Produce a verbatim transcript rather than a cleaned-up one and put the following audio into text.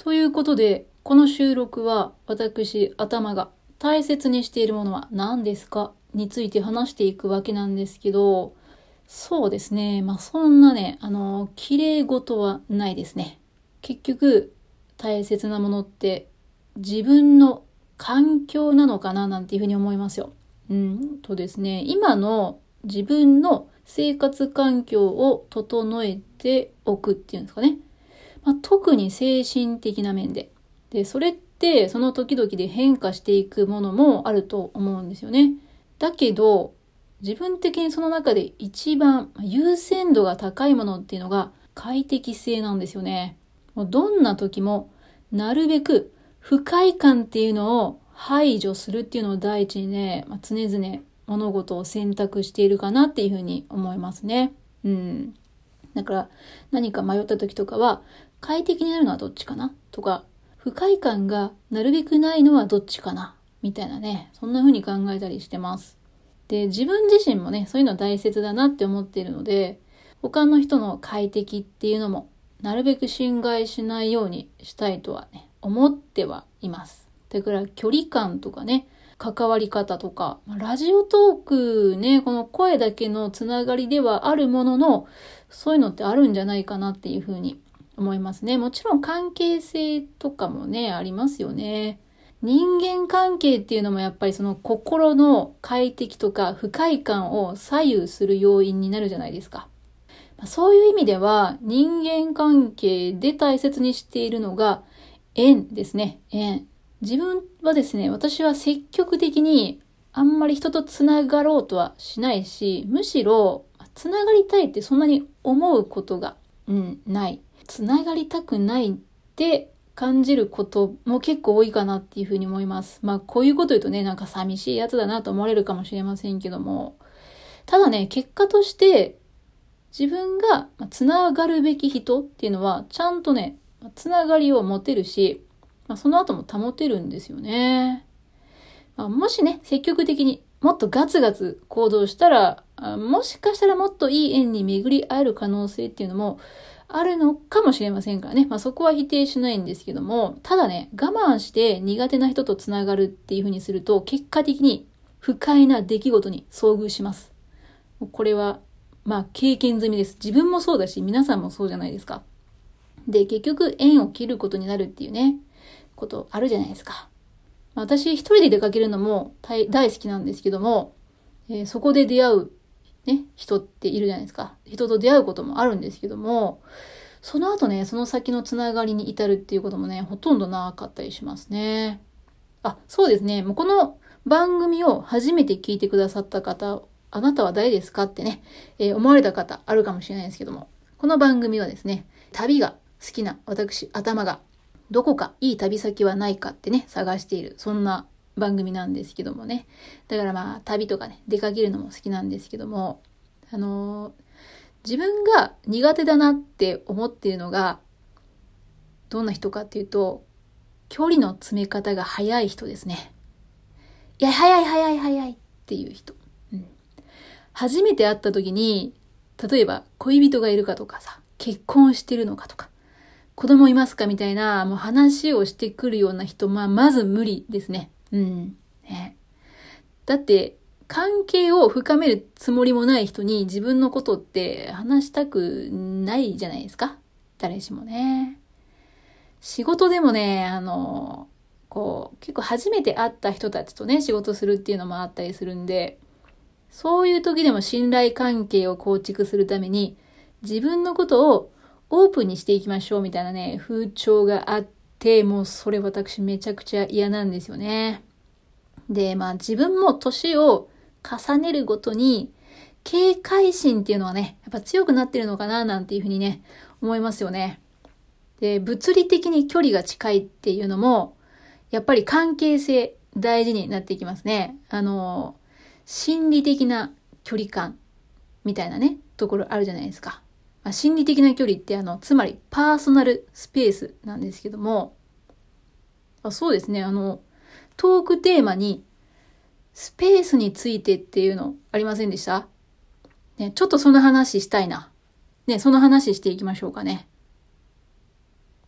ということで、この収録は私、頭が大切にしているものは何ですかについて話していくわけなんですけど、そうですね。まあそんなね、あの、綺麗事はないですね。結局、大切なものって自分の環境なのかななんていうふうに思いますよ。うんとですね、今の自分の生活環境を整えておくっていうんですかね。まあ、特に精神的な面で。で、それってその時々で変化していくものもあると思うんですよね。だけど、自分的にその中で一番優先度が高いものっていうのが快適性なんですよね。もうどんな時もなるべく不快感っていうのを排除するっていうのを第一にね、まあ、常々物事を選択しているかなっていうふうに思いますね。うん。だから何か迷った時とかは快適になるのはどっちかなとか、不快感がなるべくないのはどっちかなみたいなね、そんな風に考えたりしてます。で、自分自身もね、そういうの大切だなって思っているので、他の人の快適っていうのもなるべく侵害しないようにしたいとはね、思ってはいます。だから距離感とかね、関わり方とか、ラジオトークね、この声だけのつながりではあるものの、そういうのってあるんじゃないかなっていう風に思いますね。もちろん関係性とかもね、ありますよね。人間関係っていうのもやっぱりその心の快適とか不快感を左右する要因になるじゃないですか。そういう意味では人間関係で大切にしているのが縁ですね。縁。自分はですね、私は積極的にあんまり人とつながろうとはしないし、むしろつながりたいってそんなに思うことが、うん、ない。つながりたくないって感じることも結構多いかなっていうふうに思います。まあこういうこと言うとね、なんか寂しいやつだなと思われるかもしれませんけども、ただね、結果として自分がつながるべき人っていうのはちゃんとね、つながりを持てるし、まあ、その後も保てるんですよね。まあ、もしね、積極的にもっとガツガツ行動したら、もしかしたらもっといい縁に巡り合える可能性っていうのもあるのかもしれませんからね。まあそこは否定しないんですけども、ただね、我慢して苦手な人とつながるっていう風にすると、結果的に不快な出来事に遭遇します。これは、まあ経験済みです。自分もそうだし、皆さんもそうじゃないですか。で、結局縁を切ることになるっていうね、ことあるじゃないですか。私一人で出かけるのも大好きなんですけども、えー、そこで出会うね、人っているじゃないですか。人と出会うこともあるんですけども、その後ね、その先のつながりに至るっていうこともね、ほとんどなかったりしますね。あ、そうですね。もうこの番組を初めて聞いてくださった方、あなたは誰ですかってね、えー、思われた方あるかもしれないですけども、この番組はですね、旅が好きな私、頭がどこかいい旅先はないかってね、探している、そんな番組なんですけどもね。だからまあ、旅とかね、出かけるのも好きなんですけども、あのー、自分が苦手だなって思っているのが、どんな人かっていうと、距離の詰め方が早い人ですね。いや、早い早い早いっていう人。うん、初めて会った時に、例えば恋人がいるかとかさ、結婚してるのかとか、子供いますかみたいな、もう話をしてくるような人、まあ、まず無理ですね。うん。ね、だって、関係を深めるつもりもない人に自分のことって話したくないじゃないですか。誰しもね。仕事でもね、あの、こう、結構初めて会った人たちとね、仕事するっていうのもあったりするんで、そういう時でも信頼関係を構築するために、自分のことをオープンにしていきましょうみたいなね、風潮があって、もうそれ私めちゃくちゃ嫌なんですよね。で、まあ自分も年を重ねるごとに警戒心っていうのはね、やっぱ強くなってるのかななんていうふうにね、思いますよね。で、物理的に距離が近いっていうのも、やっぱり関係性大事になっていきますね。あの、心理的な距離感みたいなね、ところあるじゃないですか。まあ、心理的な距離ってあの、つまりパーソナルスペースなんですけども、あ、そうですね、あの、トークテーマにスペースについてっていうのありませんでした？ね、ちょっとその話したいな。ね、その話していきましょうかね。